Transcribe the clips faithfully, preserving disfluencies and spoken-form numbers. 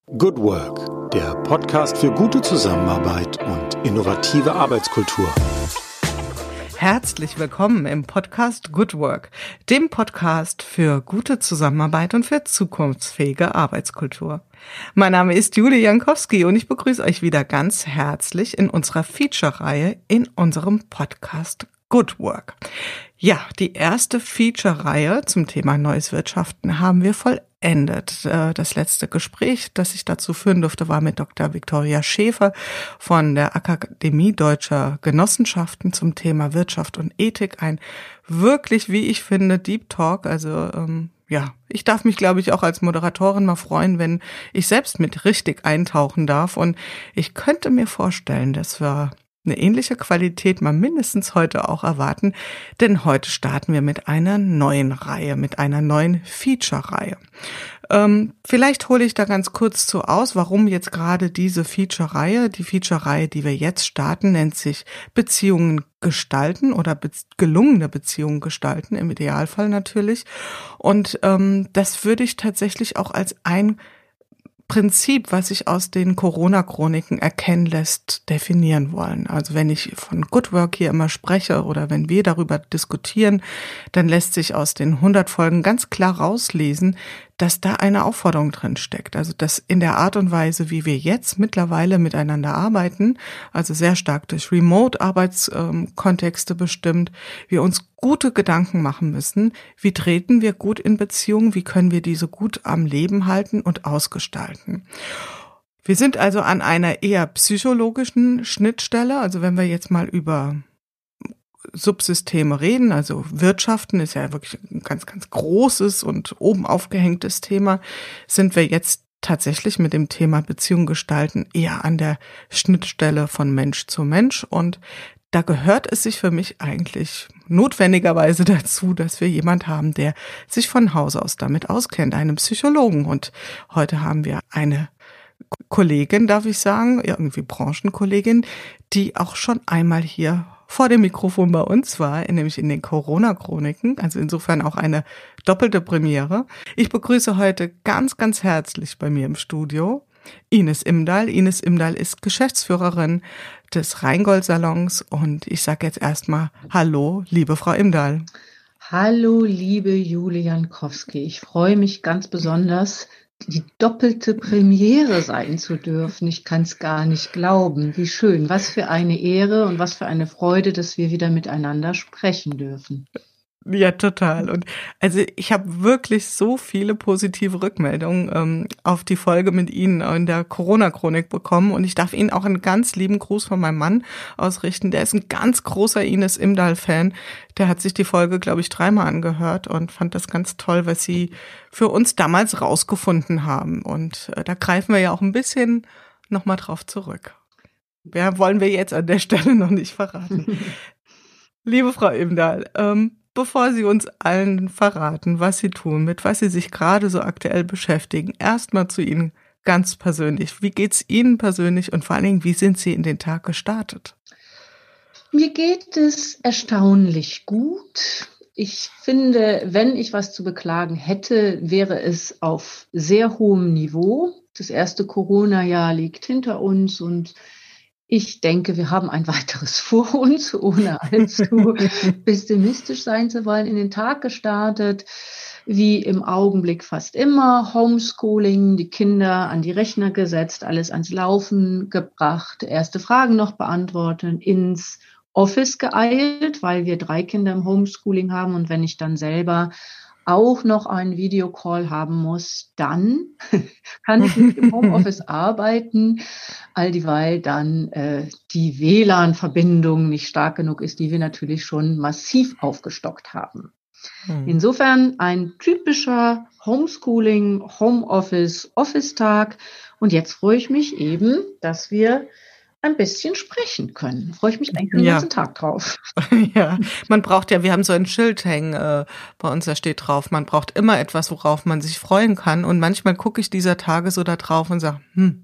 Good Work, der Podcast für gute Zusammenarbeit und innovative Arbeitskultur. Herzlich willkommen im Podcast Good Work, dem Podcast für gute Zusammenarbeit und für zukunftsfähige Arbeitskultur. Mein Name ist Julie Jankowski und ich begrüße euch wieder ganz herzlich in unserer Feature-Reihe in unserem Podcast Good Work. Ja, die erste Feature-Reihe zum Thema Neues Wirtschaften haben wir vollendet. Das letzte Gespräch, das ich dazu führen durfte, war mit Doktor Viktoria Schäfer von der Akademie Deutscher Genossenschaften zum Thema Wirtschaft und Ethik. Ein wirklich, wie ich finde, Deep Talk. Also ähm, ja, ich darf mich, glaube ich, auch als Moderatorin mal freuen, wenn ich selbst mit richtig eintauchen darf. Und ich könnte mir vorstellen, dass wir eine ähnliche Qualität mal mindestens heute auch erwarten, denn heute starten wir mit einer neuen Reihe, mit einer neuen Feature-Reihe. Ähm, vielleicht hole ich da ganz kurz zu aus, warum jetzt gerade diese Feature-Reihe, die Feature-Reihe, die wir jetzt starten, nennt sich Beziehungen gestalten oder be- gelungene Beziehungen gestalten, im Idealfall natürlich. Und ähm, das würde ich tatsächlich auch als ein Prinzip, was sich aus den Corona-Chroniken erkennen lässt, definieren wollen. Also wenn ich von Good Work hier immer spreche oder wenn wir darüber diskutieren, dann lässt sich aus den hundert Folgen ganz klar rauslesen, dass da eine Aufforderung drin steckt. Also dass in der Art und Weise, wie wir jetzt mittlerweile miteinander arbeiten, also sehr stark durch Remote-Arbeitskontexte bestimmt, wir uns gute Gedanken machen müssen, wie treten wir gut in Beziehungen, wie können wir diese gut am Leben halten und ausgestalten. Wir sind also an einer eher psychologischen Schnittstelle, also wenn wir jetzt mal über Subsysteme reden, also Wirtschaften ist ja wirklich ein ganz, ganz großes und oben aufgehängtes Thema, sind wir jetzt tatsächlich mit dem Thema Beziehung gestalten eher an der Schnittstelle von Mensch zu Mensch, und da gehört es sich für mich eigentlich notwendigerweise dazu, dass wir jemand haben, der sich von Haus aus damit auskennt, einen Psychologen. Und heute haben wir eine Kollegin, darf ich sagen, irgendwie Branchenkollegin, die auch schon einmal hier vor dem Mikrofon bei uns war, nämlich in den Corona-Chroniken, also insofern auch eine doppelte Premiere. Ich begrüße heute ganz, ganz herzlich bei mir im Studio Ines Imdahl. Ines Imdahl ist Geschäftsführerin des Rheingold-Salons und ich sage jetzt erstmal Hallo, liebe Frau Imdahl. Hallo, liebe Julie Jankowski. Ich freue mich ganz besonders, die doppelte Premiere sein zu dürfen. Ich kann es gar nicht glauben. Wie schön. Was für eine Ehre und was für eine Freude, dass wir wieder miteinander sprechen dürfen. Ja, total. Und also ich habe wirklich so viele positive Rückmeldungen ähm, auf die Folge mit Ihnen in der Corona-Chronik bekommen. Und ich darf Ihnen auch einen ganz lieben Gruß von meinem Mann ausrichten. Der ist ein ganz großer Ines Imdahl-Fan. Der hat sich die Folge, glaube ich, dreimal angehört und fand das ganz toll, was Sie für uns damals rausgefunden haben. Und äh, da greifen wir ja auch ein bisschen nochmal drauf zurück. Wer wollen wir jetzt an der Stelle noch nicht verraten. Liebe Frau Imdahl, ähm, bevor Sie uns allen verraten, was Sie tun, mit was Sie sich gerade so aktuell beschäftigen, erstmal zu Ihnen ganz persönlich. Wie geht's Ihnen persönlich und vor allen Dingen, wie sind Sie in den Tag gestartet? Mir geht es erstaunlich gut. Ich finde, wenn ich was zu beklagen hätte, wäre es auf sehr hohem Niveau. Das erste Corona-Jahr liegt hinter uns und ich denke, wir haben ein weiteres vor uns, ohne allzu pessimistisch sein zu wollen, in den Tag gestartet. Wie im Augenblick fast immer, Homeschooling, die Kinder an die Rechner gesetzt, alles ans Laufen gebracht, erste Fragen noch beantwortet, ins Office geeilt, weil wir drei Kinder im Homeschooling haben, und wenn ich dann selber auch noch einen Videocall haben muss, dann kann ich nicht im Homeoffice arbeiten, all dieweil dann äh, die W L A N-Verbindung nicht stark genug ist, die wir natürlich schon massiv aufgestockt haben. Hm. Insofern ein typischer Homeschooling, Homeoffice, Office-Tag, und jetzt freue ich mich eben, dass wir ein bisschen sprechen können. Freue ich mich eigentlich den ja. ganzen Tag drauf. Ja, man braucht ja, wir haben so ein Schild hängen äh, bei uns, da steht drauf, man braucht immer etwas, worauf man sich freuen kann. Und manchmal gucke ich dieser Tage so da drauf und sage, hm,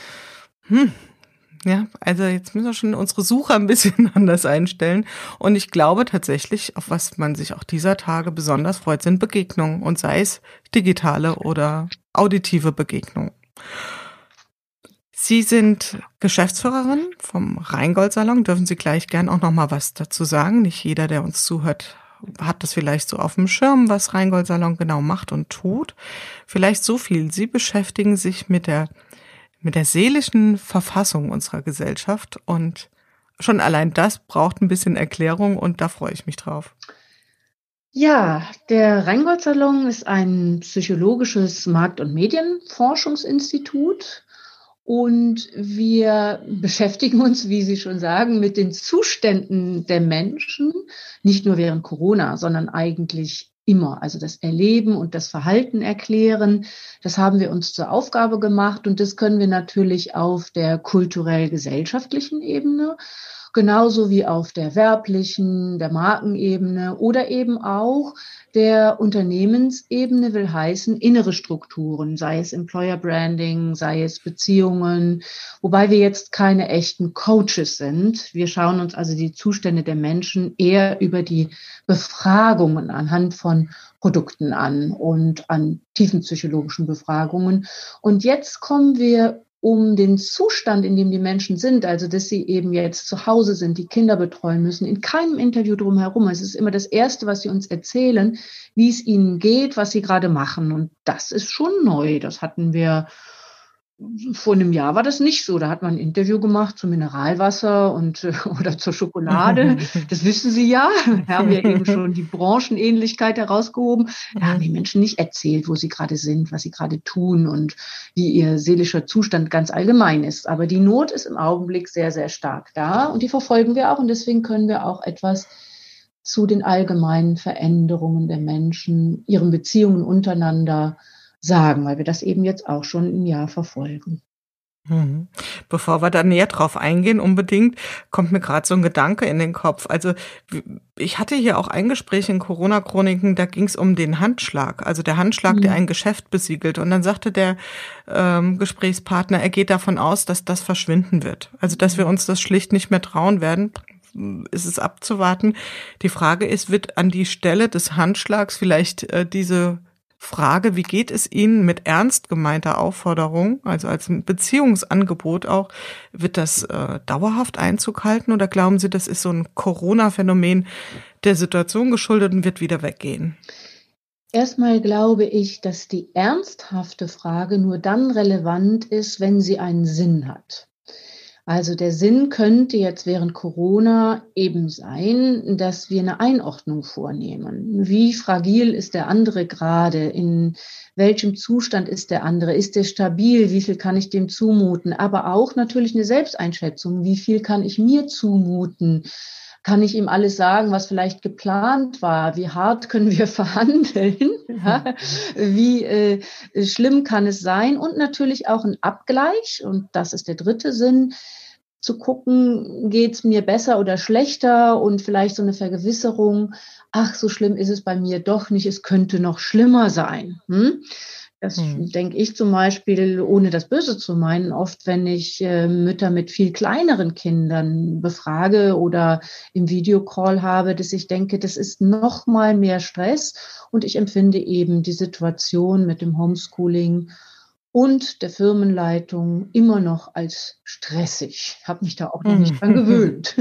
hm, ja, also jetzt müssen wir schon unsere Suche ein bisschen anders einstellen. Und ich glaube tatsächlich, auf was man sich auch dieser Tage besonders freut, sind Begegnungen. Und sei es digitale oder auditive Begegnungen. Sie sind Geschäftsführerin vom Rheingold-Salon. Dürfen Sie gleich gern auch noch mal was dazu sagen? Nicht jeder, der uns zuhört, hat das vielleicht so auf dem Schirm, was Rheingold-Salon genau macht und tut. Vielleicht so viel. Sie beschäftigen sich mit der, mit der seelischen Verfassung unserer Gesellschaft und schon allein das braucht ein bisschen Erklärung und da freue ich mich drauf. Ja, der Rheingold-Salon ist ein psychologisches Markt- und Medienforschungsinstitut und wir beschäftigen uns, wie Sie schon sagen, mit den Zuständen der Menschen, nicht nur während Corona, sondern eigentlich immer. Also das Erleben und das Verhalten erklären, das haben wir uns zur Aufgabe gemacht und das können wir natürlich auf der kulturell-gesellschaftlichen Ebene, genauso wie auf der werblichen, der Markenebene oder eben auch der Unternehmensebene, will heißen innere Strukturen, sei es Employer Branding, sei es Beziehungen, wobei wir jetzt keine echten Coaches sind. Wir schauen uns also die Zustände der Menschen eher über die Befragungen anhand von Produkten an und an tiefenpsychologischen Befragungen. Und jetzt kommen wir um den Zustand, in dem die Menschen sind, also dass sie eben jetzt zu Hause sind, die Kinder betreuen müssen, in keinem Interview drumherum. Es ist immer das Erste, was sie uns erzählen, wie es ihnen geht, was sie gerade machen. Und das ist schon neu. Das hatten wir vor einem Jahr war das nicht so. Da hat man ein Interview gemacht zu Mineralwasser und oder zur Schokolade. Das wissen Sie ja. Da haben wir eben schon die Branchenähnlichkeit herausgehoben. Da haben die Menschen nicht erzählt, wo sie gerade sind, was sie gerade tun und wie ihr seelischer Zustand ganz allgemein ist. Aber die Not ist im Augenblick sehr, sehr stark da und die verfolgen wir auch. Und deswegen können wir auch etwas zu den allgemeinen Veränderungen der Menschen, ihren Beziehungen untereinander sagen, weil wir das eben jetzt auch schon ein Jahr verfolgen. Bevor wir da näher drauf eingehen, unbedingt, kommt mir gerade so ein Gedanke in den Kopf. Also ich hatte hier auch ein Gespräch in Corona-Chroniken, da ging es um den Handschlag, also der Handschlag, mhm. der ein Geschäft besiegelt. Und dann sagte der ähm, Gesprächspartner, er geht davon aus, dass das verschwinden wird. Also dass wir uns das schlicht nicht mehr trauen werden, ist es abzuwarten. Die Frage ist, wird an die Stelle des Handschlags vielleicht äh, diese Frage, wie geht es Ihnen mit ernst gemeinter Aufforderung, also als Beziehungsangebot auch, wird das äh, dauerhaft Einzug halten oder glauben Sie, das ist so ein Corona-Phänomen der Situation geschuldet und wird wieder weggehen? Erstmal glaube ich, dass die ernsthafte Frage nur dann relevant ist, wenn sie einen Sinn hat. Also der Sinn könnte jetzt während Corona eben sein, dass wir eine Einordnung vornehmen. Wie fragil ist der andere gerade? In welchem Zustand ist der andere? Ist der stabil? Wie viel kann ich dem zumuten? Aber auch natürlich eine Selbsteinschätzung. Wie viel kann ich mir zumuten? Kann ich ihm alles sagen, was vielleicht geplant war? Wie hart können wir verhandeln? Ja, wie äh, schlimm kann es sein? Und natürlich auch ein Abgleich, und das ist der dritte Sinn, zu gucken, geht's mir besser oder schlechter und vielleicht so eine Vergewisserung, ach, so schlimm ist es bei mir doch nicht, es könnte noch schlimmer sein. Hm? Das hm. denke ich zum Beispiel, ohne das Böse zu meinen, oft, wenn ich äh, Mütter mit viel kleineren Kindern befrage oder im Videocall habe, dass ich denke, das ist noch mal mehr Stress und ich empfinde eben die Situation mit dem Homeschooling und der Firmenleitung immer noch als stressig. Ich habe mich da auch noch nicht dran gewöhnt.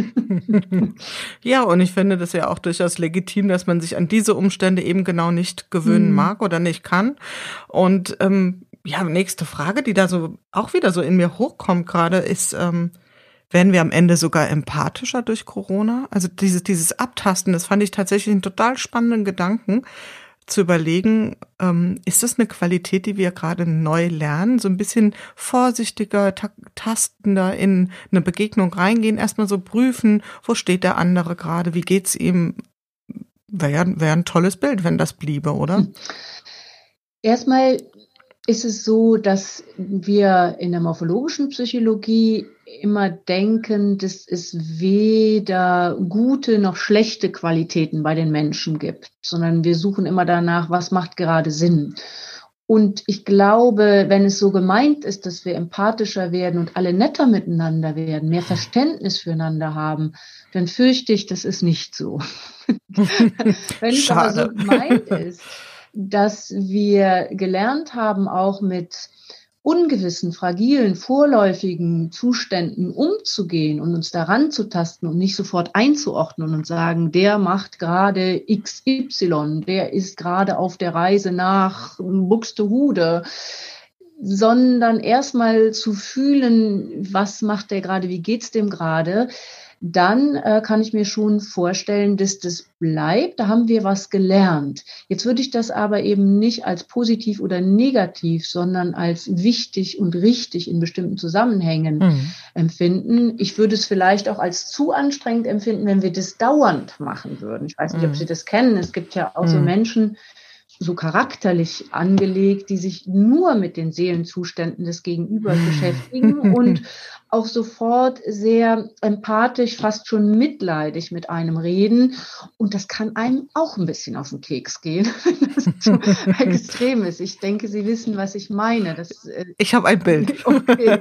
Ja, und ich finde das ja auch durchaus legitim, dass man sich an diese Umstände eben genau nicht gewöhnen mhm. mag oder nicht kann. Und ähm, ja, nächste Frage, die da so auch wieder so in mir hochkommt gerade, ist, ähm, werden wir am Ende sogar empathischer durch Corona? Also dieses, dieses Abtasten, das fand ich tatsächlich einen total spannenden Gedanken, zu überlegen, ähm, ist das eine Qualität, die wir gerade neu lernen, so ein bisschen vorsichtiger, ta- tastender in eine Begegnung reingehen, erstmal so prüfen, wo steht der andere gerade, wie geht's ihm? Wäre wär ein tolles Bild, wenn das bliebe, oder? Erstmal ist es so, dass wir in der morphologischen Psychologie immer denken, dass es weder gute noch schlechte Qualitäten bei den Menschen gibt, sondern wir suchen immer danach, was macht gerade Sinn. Und ich glaube, wenn es so gemeint ist, dass wir empathischer werden und alle netter miteinander werden, mehr Verständnis füreinander haben, dann fürchte ich, das ist nicht so. Wenn es aber so gemeint ist, dass wir gelernt haben, auch mit ungewissen, fragilen, vorläufigen Zuständen umzugehen und uns daran zu tasten und nicht sofort einzuordnen und sagen, der macht gerade X Y, der ist gerade auf der Reise nach Buxtehude, sondern erstmal zu fühlen, was macht der gerade, wie geht's dem gerade, dann äh, kann ich mir schon vorstellen, dass das bleibt. Da haben wir was gelernt. Jetzt würde ich das aber eben nicht als positiv oder negativ, sondern als wichtig und richtig in bestimmten Zusammenhängen mhm. empfinden. Ich würde es vielleicht auch als zu anstrengend empfinden, wenn wir das dauernd machen würden. Ich weiß nicht, mhm. ob Sie das kennen. Es gibt ja auch mhm. so Menschen, so charakterlich angelegt, die sich nur mit den Seelenzuständen des Gegenübers beschäftigen und auch sofort sehr empathisch, fast schon mitleidig mit einem reden. Und das kann einem auch ein bisschen auf den Keks gehen, wenn das so extrem ist. Ich denke, Sie wissen, was ich meine. Das, äh ich habe ein Bild. Okay.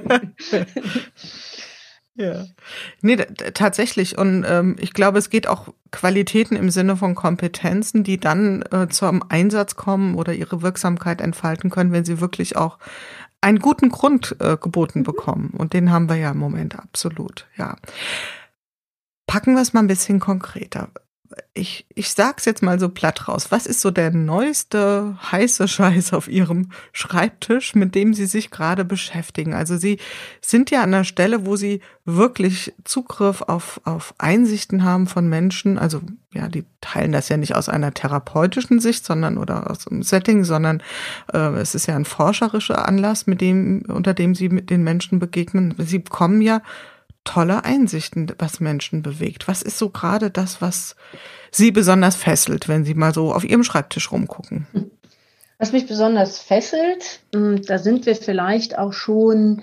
Ja, nee, d- tatsächlich. Und ähm, ich glaube, es geht auch Qualitäten im Sinne von Kompetenzen, die dann äh, zum Einsatz kommen oder ihre Wirksamkeit entfalten können, wenn sie wirklich auch einen guten Grund äh, geboten bekommen. Und den haben wir ja im Moment absolut, ja. Packen wir es mal ein bisschen konkreter. Ich, ich sag's jetzt mal so platt raus. Was ist so der neueste heiße Scheiß auf Ihrem Schreibtisch, mit dem Sie sich gerade beschäftigen? Also Sie sind ja an einer Stelle, wo Sie wirklich Zugriff auf, auf Einsichten haben von Menschen. Also, ja, die teilen das ja nicht aus einer therapeutischen Sicht, sondern oder aus einem Setting, sondern äh, es ist ja ein forscherischer Anlass, mit dem, unter dem Sie mit den Menschen begegnen. Sie bekommen ja tolle Einsichten, was Menschen bewegt. Was ist so gerade das, was Sie besonders fesselt, wenn Sie mal so auf Ihrem Schreibtisch rumgucken? Was mich besonders fesselt, da sind wir vielleicht auch schon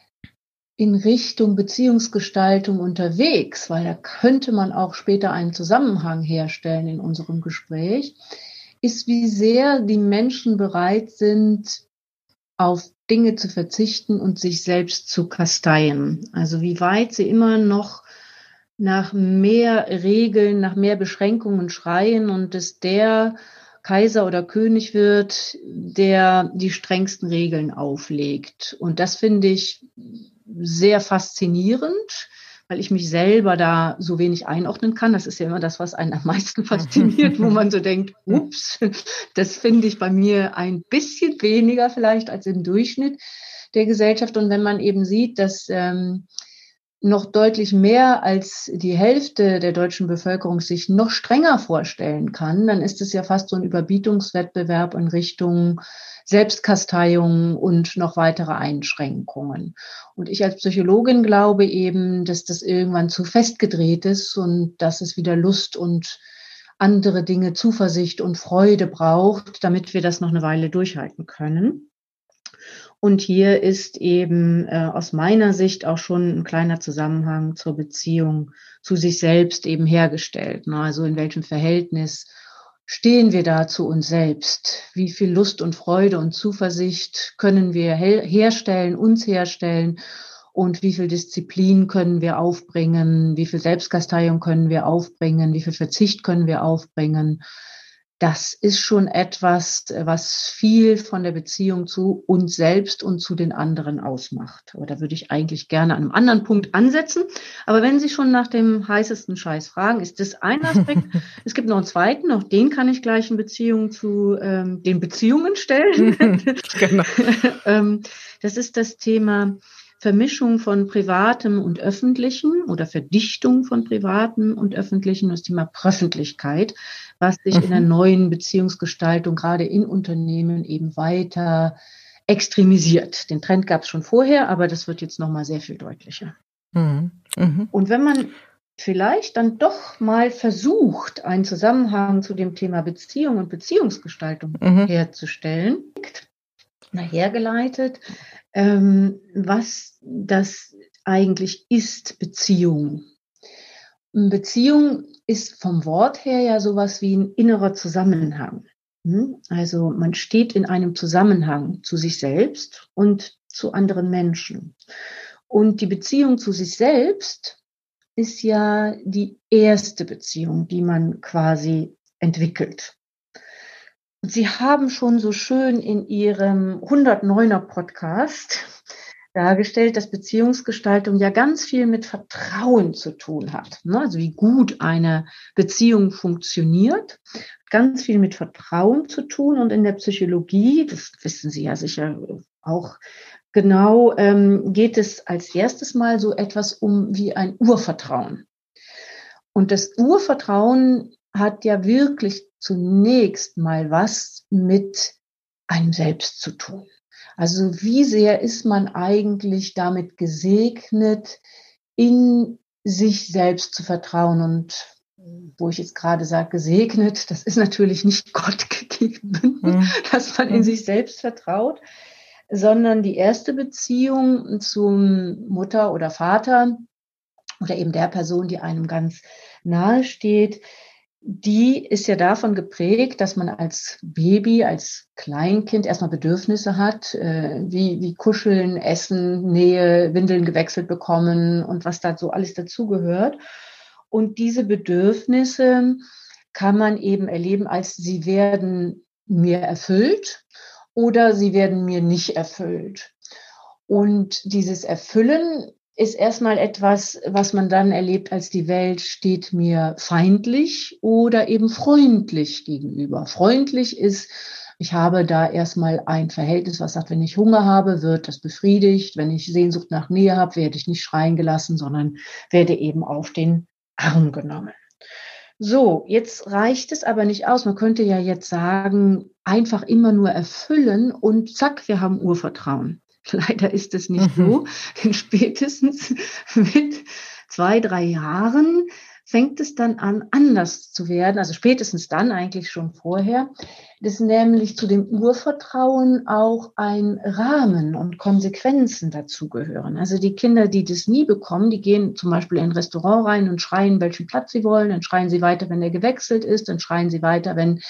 in Richtung Beziehungsgestaltung unterwegs, weil da könnte man auch später einen Zusammenhang herstellen in unserem Gespräch, ist, wie sehr die Menschen bereit sind, auf Dinge zu verzichten und sich selbst zu kasteien. Also wie weit sie immer noch nach mehr Regeln, nach mehr Beschränkungen schreien und dass der Kaiser oder König wird, der die strengsten Regeln auflegt. Und das finde ich sehr faszinierend, weil ich mich selber da so wenig einordnen kann. Das ist ja immer das, was einen am meisten fasziniert, wo man so denkt, ups, das finde ich bei mir ein bisschen weniger vielleicht als im Durchschnitt der Gesellschaft. Und wenn man eben sieht, dass ähm, noch deutlich mehr als die Hälfte der deutschen Bevölkerung sich noch strenger vorstellen kann, dann ist es ja fast so ein Überbietungswettbewerb in Richtung Selbstkasteiung und noch weitere Einschränkungen. Und ich als Psychologin glaube eben, dass das irgendwann zu festgedreht ist und dass es wieder Lust und andere Dinge, Zuversicht und Freude braucht, damit wir das noch eine Weile durchhalten können. Und hier ist eben äh, aus meiner Sicht auch schon ein kleiner Zusammenhang zur Beziehung zu sich selbst eben hergestellt. Ne? Also in welchem Verhältnis stehen wir da zu uns selbst? Wie viel Lust und Freude und Zuversicht können wir her- herstellen, uns herstellen? Und wie viel Disziplin können wir aufbringen? Wie viel Selbstkasteiung können wir aufbringen? Wie viel Verzicht können wir aufbringen? Das ist schon etwas, was viel von der Beziehung zu uns selbst und zu den anderen ausmacht. Aber da würde ich eigentlich gerne an einem anderen Punkt ansetzen. Aber wenn Sie schon nach dem heißesten Scheiß fragen, ist das ein Aspekt. Es gibt noch einen zweiten, auch den kann ich gleich in Beziehung zu ähm, den Beziehungen stellen. Genau. ähm, das ist das Thema Vermischung von Privatem und Öffentlichem oder Verdichtung von Privatem und Öffentlichem, das Thema Pröffentlichkeit, was sich mhm. in der neuen Beziehungsgestaltung gerade in Unternehmen eben weiter extremisiert. Den Trend gab es schon vorher, aber das wird jetzt nochmal sehr viel deutlicher. Mhm. Mhm. Und wenn man vielleicht dann doch mal versucht, einen Zusammenhang zu dem Thema Beziehung und Beziehungsgestaltung mhm. herzustellen, hergeleitet, ähm, was das eigentlich ist, Beziehung. Beziehung ist vom Wort her ja sowas wie ein innerer Zusammenhang. Also man steht in einem Zusammenhang zu sich selbst und zu anderen Menschen. Und die Beziehung zu sich selbst ist ja die erste Beziehung, die man quasi entwickelt. Sie haben schon so schön in Ihrem hundertneuner Podcast dargestellt, dass Beziehungsgestaltung ja ganz viel mit Vertrauen zu tun hat. Also wie gut eine Beziehung funktioniert, ganz viel mit Vertrauen zu tun. Und in der Psychologie, das wissen Sie ja sicher auch genau, geht es als erstes Mal so etwas um wie ein Urvertrauen. Und das Urvertrauen hat ja wirklich zunächst mal was mit einem selbst zu tun. Also wie sehr ist man eigentlich damit gesegnet, in sich selbst zu vertrauen? Und wo ich jetzt gerade sage, gesegnet, das ist natürlich nicht Gott gegeben, mhm. dass man in sich selbst vertraut, sondern die erste Beziehung zum Mutter oder Vater oder eben der Person, die einem ganz nahe steht, die ist ja davon geprägt, dass man als Baby, als Kleinkind erstmal Bedürfnisse hat, äh, wie, wie Kuscheln, Essen, Nähe, Windeln gewechselt bekommen und was da so alles dazugehört. Und diese Bedürfnisse kann man eben erleben, als sie werden mir erfüllt oder sie werden mir nicht erfüllt. Und dieses Erfüllen ist erstmal etwas, was man dann erlebt, als die Welt steht mir feindlich oder eben freundlich gegenüber. Freundlich ist, ich habe da erstmal ein Verhältnis, was sagt, wenn ich Hunger habe, wird das befriedigt. Wenn ich Sehnsucht nach Nähe habe, werde ich nicht schreien gelassen, sondern werde eben auf den Arm genommen. So, jetzt reicht es aber nicht aus. Man könnte ja jetzt sagen, einfach immer nur erfüllen und zack, wir haben Urvertrauen. Leider ist es nicht mhm. so, denn spätestens mit zwei, drei Jahren fängt es dann an, anders zu werden, also spätestens dann eigentlich schon vorher, dass nämlich zu dem Urvertrauen auch ein Rahmen und Konsequenzen dazugehören. Also die Kinder, die das nie bekommen, die gehen zum Beispiel in ein Restaurant rein und schreien, welchen Platz sie wollen, dann schreien sie weiter, wenn der gewechselt ist, dann schreien sie weiter, wenn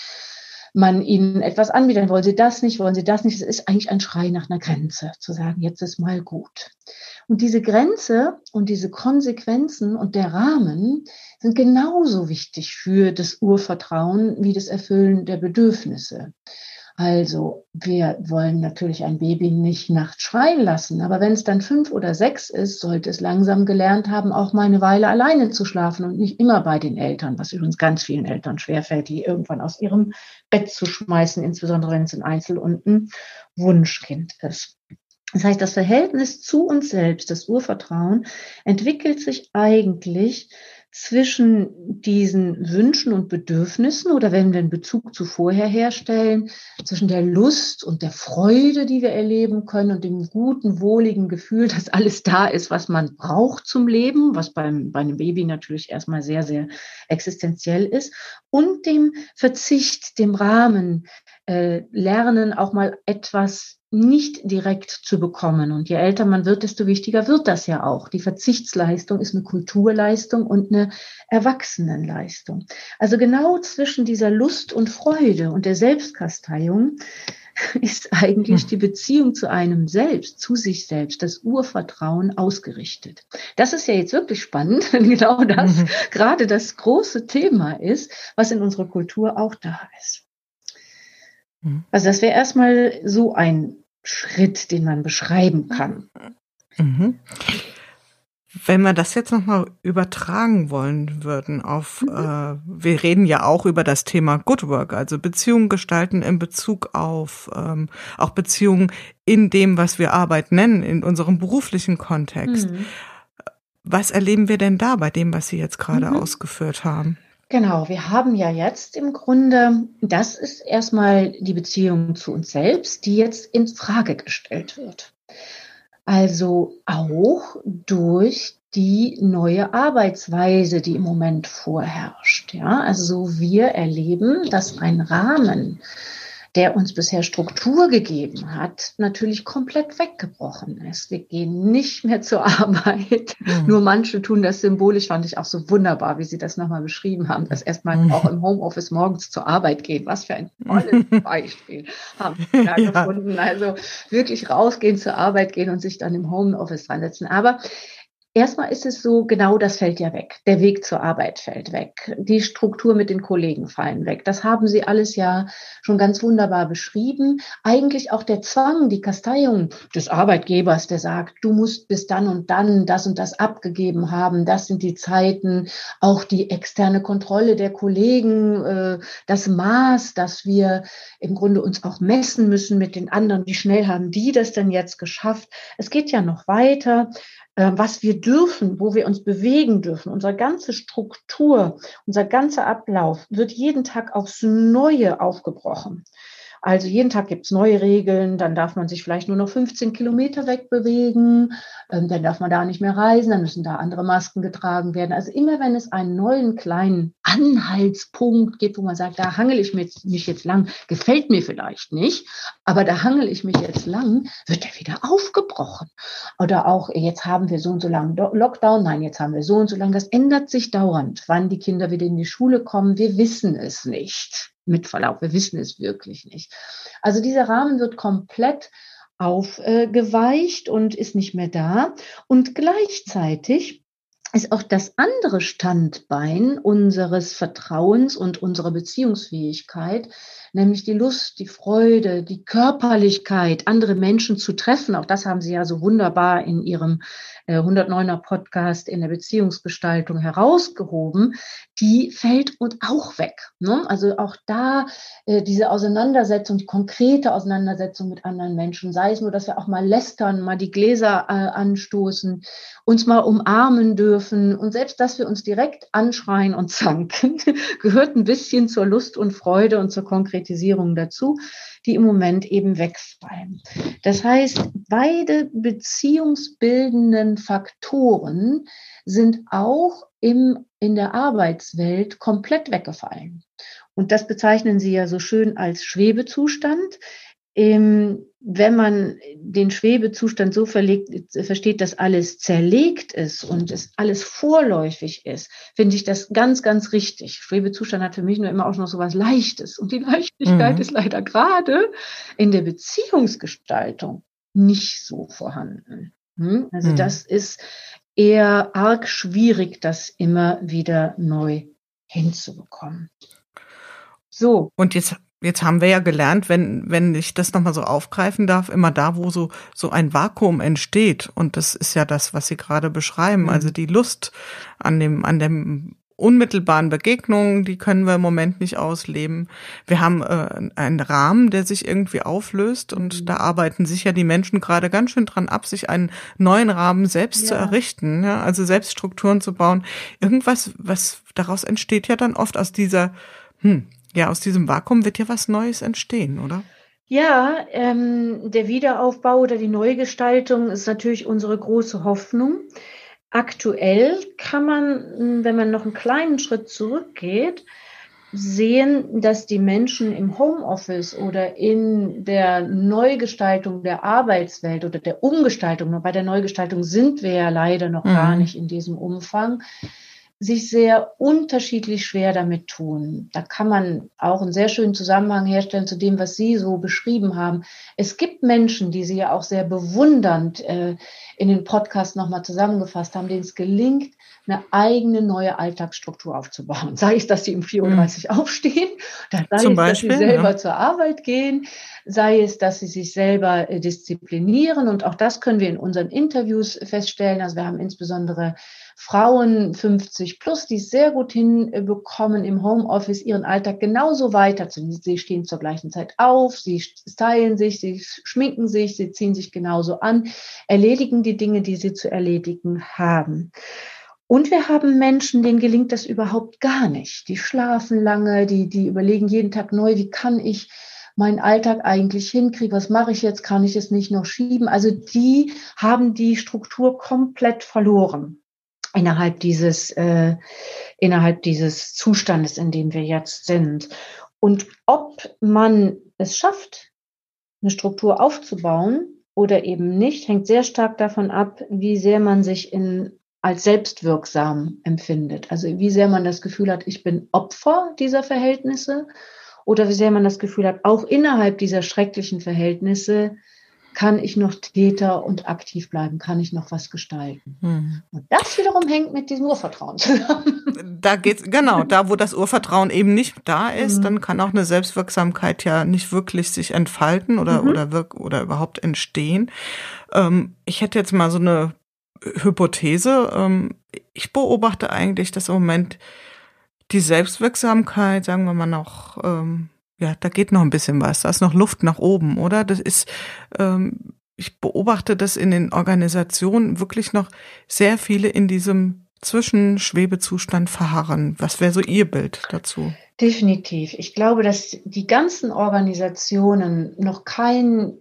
man ihnen etwas anbietet, wollen sie das nicht, wollen sie das nicht. Es ist eigentlich ein Schrei nach einer Grenze, zu sagen, jetzt ist mal gut. Und diese Grenze und diese Konsequenzen und der Rahmen sind genauso wichtig für das Urvertrauen wie das Erfüllen der Bedürfnisse. Also wir wollen natürlich ein Baby nicht nachts schreien lassen, aber wenn es dann fünf oder sechs ist, sollte es langsam gelernt haben, auch mal eine Weile alleine zu schlafen und nicht immer bei den Eltern, was übrigens ganz vielen Eltern schwerfällt, die irgendwann aus ihrem Bett zu schmeißen, insbesondere wenn es ein Einzel- und ein Wunschkind ist. Das heißt, das Verhältnis zu uns selbst, das Urvertrauen, entwickelt sich eigentlich zwischen diesen Wünschen und Bedürfnissen oder wenn wir einen Bezug zu vorher herstellen, zwischen der Lust und der Freude, die wir erleben können und dem guten, wohligen Gefühl, dass alles da ist, was man braucht zum Leben, was beim, bei einem Baby natürlich erstmal sehr, sehr existenziell ist, und dem Verzicht, dem Rahmen, äh, lernen auch mal etwas nicht direkt zu bekommen. Und je älter man wird, desto wichtiger wird das ja auch. Die Verzichtsleistung ist eine Kulturleistung und eine Erwachsenenleistung. Also genau zwischen dieser Lust und Freude und der Selbstkasteiung ist eigentlich die Beziehung zu einem selbst, zu sich selbst, das Urvertrauen ausgerichtet. Das ist ja jetzt wirklich spannend, wenn genau das mhm. gerade das große Thema ist, was in unserer Kultur auch da ist. Also das wäre erstmal so ein Schritt, den man beschreiben kann. Mhm. Wenn wir das jetzt nochmal übertragen wollen würden auf, mhm. äh, wir reden ja auch über das Thema Good Work, also Beziehungen gestalten in Bezug auf ähm, auch Beziehungen in dem, was wir Arbeit nennen, in unserem beruflichen Kontext. Mhm. Was erleben wir denn da bei dem, was Sie jetzt gerade mhm. ausgeführt haben? Genau, wir haben ja jetzt im Grunde, das ist erstmal die Beziehung zu uns selbst, die jetzt in Frage gestellt wird. Also auch durch die neue Arbeitsweise, die im Moment vorherrscht. Ja, also wir erleben, dass ein Rahmen, der uns bisher Struktur gegeben hat, natürlich komplett weggebrochen ist. Wir gehen nicht mehr zur Arbeit. Mhm. Nur manche tun das symbolisch, fand ich auch so wunderbar, wie Sie das nochmal beschrieben haben, dass erstmal mhm. auch im Homeoffice morgens zur Arbeit gehen. Was für ein tolles Beispiel haben wir da ja. gefunden. Also wirklich rausgehen, zur Arbeit gehen und sich dann im Homeoffice reinsetzen. Aber Erstmal ist es so, genau das fällt ja weg. Der Weg zur Arbeit fällt weg. Die Struktur mit den Kollegen fallen weg. Das haben Sie alles ja schon ganz wunderbar beschrieben. Eigentlich auch der Zwang, die Kasteiung des Arbeitgebers, der sagt, du musst bis dann und dann das und das abgegeben haben. Das sind die Zeiten. Auch die externe Kontrolle der Kollegen, das Maß, dass wir im Grunde uns auch messen müssen mit den anderen. Wie schnell haben die das denn jetzt geschafft? Es geht ja noch weiter. Was wir dürfen, wo wir uns bewegen dürfen, unsere ganze Struktur, unser ganzer Ablauf wird jeden Tag aufs Neue aufgebrochen. Also jeden Tag gibt's neue Regeln, dann darf man sich vielleicht nur noch fünfzehn Kilometer wegbewegen, ähm, dann darf man da nicht mehr reisen, dann müssen da andere Masken getragen werden. Also immer wenn es einen neuen kleinen Anhaltspunkt gibt, wo man sagt, da hangel ich mich jetzt lang, gefällt mir vielleicht nicht, aber da hangel ich mich jetzt lang, wird er wieder aufgebrochen. Oder auch, jetzt haben wir so und so lange Lockdown, nein, jetzt haben wir so und so lange. Das ändert sich dauernd, wann die Kinder wieder in die Schule kommen. Wir wissen es nicht. Mit Verlaub, wir wissen es wirklich nicht. Also dieser Rahmen wird komplett aufgeweicht und ist nicht mehr da. Und gleichzeitig ist auch das andere Standbein unseres Vertrauens und unserer Beziehungsfähigkeit, nämlich die Lust, die Freude, die Körperlichkeit, andere Menschen zu treffen. Auch das haben Sie ja so wunderbar in Ihrem hundertneuner Podcast in der Beziehungsgestaltung herausgehoben. Die fällt uns auch weg. Ne? Also auch da äh, diese Auseinandersetzung, die konkrete Auseinandersetzung mit anderen Menschen, sei es nur, dass wir auch mal lästern, mal die Gläser äh, anstoßen, uns mal umarmen dürfen und selbst, dass wir uns direkt anschreien und zanken, gehört ein bisschen zur Lust und Freude und zur Konkretisierung dazu, die im Moment eben wegfallen. Das heißt, beide beziehungsbildenden Faktoren sind auch im, in der Arbeitswelt komplett weggefallen. Und das bezeichnen Sie ja so schön als Schwebezustand. Ähm, wenn man den Schwebezustand so verlegt, versteht, dass alles zerlegt ist und es alles vorläufig ist, finde ich das ganz, ganz richtig. Schwebezustand hat für mich nur immer auch noch so was Leichtes. Und die Leichtigkeit mhm. ist leider gerade in der Beziehungsgestaltung nicht so vorhanden. Also mhm. das ist eher arg schwierig, das immer wieder neu hinzubekommen. So. Und jetzt Jetzt haben wir ja gelernt, wenn, wenn ich das nochmal so aufgreifen darf, immer da, wo so, so ein Vakuum entsteht. Und das ist ja das, was Sie gerade beschreiben. Mhm. Also die Lust an dem, an dem unmittelbaren Begegnungen, die können wir im Moment nicht ausleben. Wir haben äh, einen Rahmen, der sich irgendwie auflöst und mhm. da arbeiten sich ja die Menschen gerade ganz schön dran ab, sich einen neuen Rahmen selbst ja. zu errichten, ja, also selbst Strukturen zu bauen. Irgendwas, was daraus entsteht ja dann oft aus dieser, hm, ja, aus diesem Vakuum wird ja was Neues entstehen, oder? Ja, ähm, der Wiederaufbau oder die Neugestaltung ist natürlich unsere große Hoffnung. Aktuell kann man, wenn man noch einen kleinen Schritt zurückgeht, sehen, dass die Menschen im Homeoffice oder in der Neugestaltung der Arbeitswelt oder der Umgestaltung, bei der Neugestaltung sind wir ja leider noch mhm. gar nicht in diesem Umfang, sich sehr unterschiedlich schwer damit tun. Da kann man auch einen sehr schönen Zusammenhang herstellen zu dem, was Sie so beschrieben haben. Es gibt Menschen, die Sie ja auch sehr bewundernd äh, in den Podcast nochmal zusammengefasst haben, denen es gelingt, eine eigene neue Alltagsstruktur aufzubauen. Sei es, dass sie um vier Uhr dreißig mhm. aufstehen, sei Zum es, Beispiel, dass sie selber ja. zur Arbeit gehen, sei es, dass sie sich selber äh, disziplinieren. Und auch das können wir in unseren Interviews feststellen. Also wir haben insbesondere Frauen fünfzig plus, die es sehr gut hinbekommen, im Homeoffice ihren Alltag genauso weiterzunehmen. Sie stehen zur gleichen Zeit auf, sie stylen sich, sie schminken sich, sie ziehen sich genauso an, erledigen die Dinge, die sie zu erledigen haben. Und wir haben Menschen, denen gelingt das überhaupt gar nicht. Die schlafen lange, die, die überlegen jeden Tag neu, wie kann ich meinen Alltag eigentlich hinkriegen, was mache ich jetzt, kann ich es nicht noch schieben? Also die haben die Struktur komplett verloren innerhalb dieses, äh, innerhalb dieses Zustandes, in dem wir jetzt sind. Und ob man es schafft, eine Struktur aufzubauen oder eben nicht, hängt sehr stark davon ab, wie sehr man sich in als selbstwirksam empfindet. Also wie sehr man das Gefühl hat, ich bin Opfer dieser Verhältnisse oder wie sehr man das Gefühl hat, auch innerhalb dieser schrecklichen Verhältnisse kann ich noch Täter und aktiv bleiben? Kann ich noch was gestalten? Mhm. Und das wiederum hängt mit diesem Urvertrauen zusammen. Da geht's, genau, da wo das Urvertrauen eben nicht da ist, mhm. dann kann auch eine Selbstwirksamkeit ja nicht wirklich sich entfalten oder, mhm. oder wirk oder überhaupt entstehen. Ähm, ich hätte jetzt mal so eine Hypothese. Ähm, ich beobachte eigentlich, dass im Moment die Selbstwirksamkeit, sagen wir mal noch, ähm, ja, da geht noch ein bisschen was. Da ist noch Luft nach oben, oder? Das ist, ähm, ich beobachte, dass in den Organisationen wirklich noch sehr viele in diesem Zwischenschwebezustand verharren. Was wäre so Ihr Bild dazu? Definitiv. Ich glaube, dass die ganzen Organisationen noch kein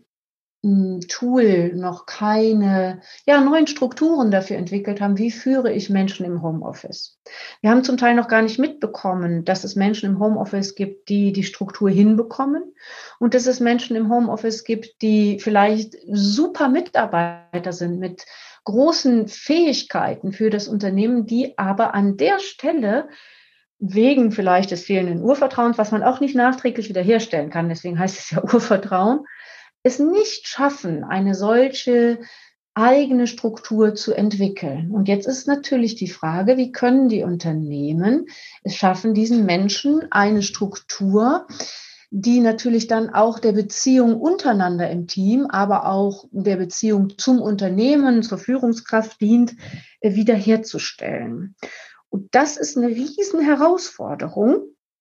Tool, noch keine ja, neuen Strukturen dafür entwickelt haben, wie führe ich Menschen im Homeoffice. Wir haben zum Teil noch gar nicht mitbekommen, dass es Menschen im Homeoffice gibt, die die Struktur hinbekommen und dass es Menschen im Homeoffice gibt, die vielleicht super Mitarbeiter sind mit großen Fähigkeiten für das Unternehmen, die aber an der Stelle wegen vielleicht des fehlenden Urvertrauens, was man auch nicht nachträglich wiederherstellen kann, deswegen heißt es ja Urvertrauen, es nicht schaffen, eine solche eigene Struktur zu entwickeln. Und jetzt ist natürlich die Frage, wie können die Unternehmen es schaffen, diesen Menschen eine Struktur, die natürlich dann auch der Beziehung untereinander im Team, aber auch der Beziehung zum Unternehmen, zur Führungskraft dient, wiederherzustellen. Und das ist eine riesen Herausforderung,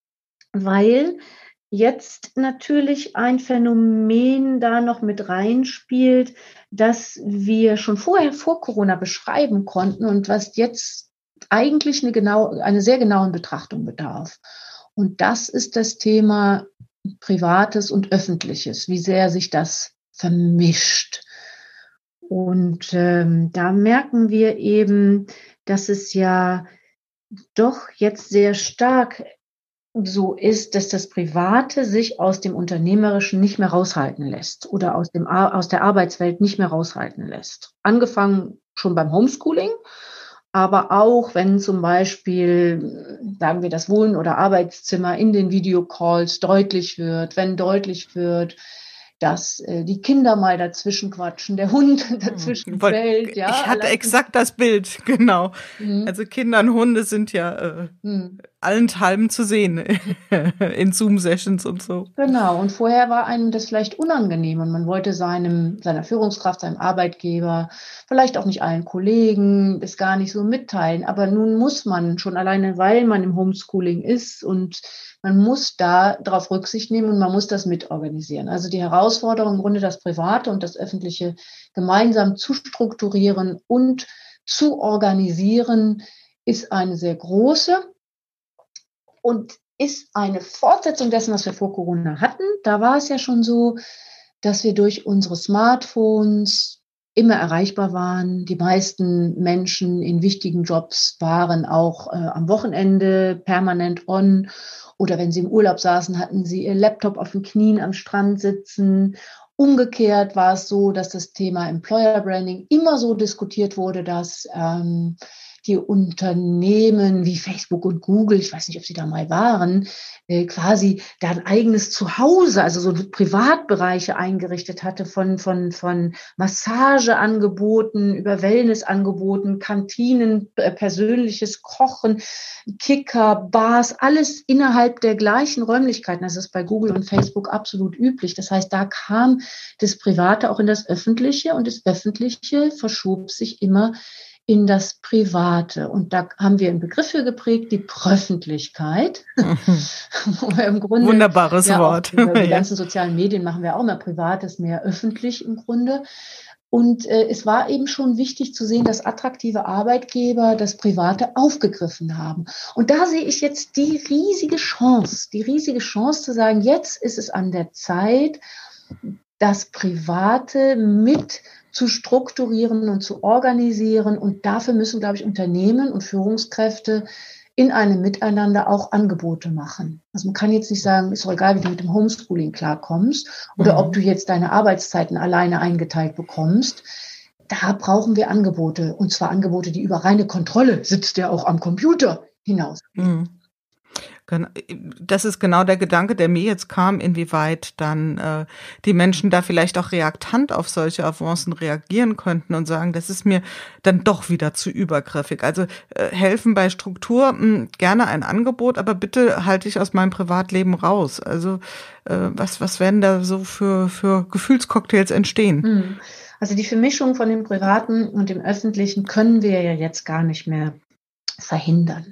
weil jetzt natürlich ein Phänomen da noch mit reinspielt, das wir schon vorher vor Corona beschreiben konnten und was jetzt eigentlich eine genau, eine sehr genauen Betrachtung bedarf. Und das ist das Thema Privates und Öffentliches, wie sehr sich das vermischt. Und ähm, da merken wir eben, dass es ja doch jetzt sehr stark so ist, dass das Private sich aus dem Unternehmerischen nicht mehr raushalten lässt oder aus dem aus der Arbeitswelt nicht mehr raushalten lässt. Angefangen schon beim Homeschooling, aber auch wenn zum Beispiel, sagen wir, das Wohn- oder Arbeitszimmer in den Videocalls deutlich wird, wenn deutlich wird, dass äh, die Kinder mal dazwischen quatschen, der Hund dazwischen Weil, fällt. Ja, ich hatte exakt das Bild, genau. Mhm. Also Kinder und Hunde sind ja äh, mhm. allenthalben zu sehen in Zoom-Sessions und so. Genau, und vorher war einem das vielleicht unangenehm und man wollte seinem seiner Führungskraft, seinem Arbeitgeber, vielleicht auch nicht allen Kollegen, das gar nicht so mitteilen. Aber nun muss man schon alleine, weil man im Homeschooling ist und man muss da darauf Rücksicht nehmen und man muss das mitorganisieren. Also die Herausforderung im Grunde, das Private und das Öffentliche gemeinsam zu strukturieren und zu organisieren, ist eine sehr große und ist eine Fortsetzung dessen, was wir vor Corona hatten. Da war es ja schon so, dass wir durch unsere Smartphones immer erreichbar waren. Die meisten Menschen in wichtigen Jobs waren auch äh, am Wochenende permanent on. Oder wenn sie im Urlaub saßen, hatten sie ihr Laptop auf den Knien am Strand sitzen. Umgekehrt war es so, dass das Thema Employer Branding immer so diskutiert wurde, dass ähm, die Unternehmen wie Facebook und Google, ich weiß nicht, ob sie da mal waren, äh, quasi da ein eigenes Zuhause, also so Privatbereiche eingerichtet hatte von, von, von Massageangeboten über Wellnessangeboten, Kantinen, äh, persönliches Kochen, Kicker, Bars, alles innerhalb der gleichen Räumlichkeiten. Das ist bei Google und Facebook absolut üblich. Das heißt, da kam das Private auch in das Öffentliche und das Öffentliche verschob sich immer in das Private. Und da haben wir einen Begriff für geprägt, die Pröffentlichkeit. Mhm. Im Grunde, wunderbares ja, Wort. Über die ganzen sozialen Medien machen wir auch mehr Privates, mehr öffentlich im Grunde. Und äh, es war eben schon wichtig zu sehen, dass attraktive Arbeitgeber das Private aufgegriffen haben. Und da sehe ich jetzt die riesige Chance, die riesige Chance zu sagen, jetzt ist es an der Zeit, das Private mit zu strukturieren und zu organisieren. Und dafür müssen, glaube ich, Unternehmen und Führungskräfte in einem Miteinander auch Angebote machen. Also man kann jetzt nicht sagen, ist doch egal, wie du mit dem Homeschooling klarkommst oder mhm. ob du jetzt deine Arbeitszeiten alleine eingeteilt bekommst. Da brauchen wir Angebote. Und zwar Angebote, die über reine Kontrolle, sitzt ja auch am Computer, hinaus. Mhm. Das ist genau der Gedanke, der mir jetzt kam, inwieweit dann äh, die Menschen da vielleicht auch reaktant auf solche Avancen reagieren könnten und sagen, das ist mir dann doch wieder zu übergriffig. Also äh, helfen bei Struktur, mh, gerne ein Angebot, aber bitte halte ich aus meinem Privatleben raus. Also äh, was was werden da so für für Gefühlscocktails entstehen? Also die Vermischung von dem Privaten und dem Öffentlichen können wir ja jetzt gar nicht mehr verhindern.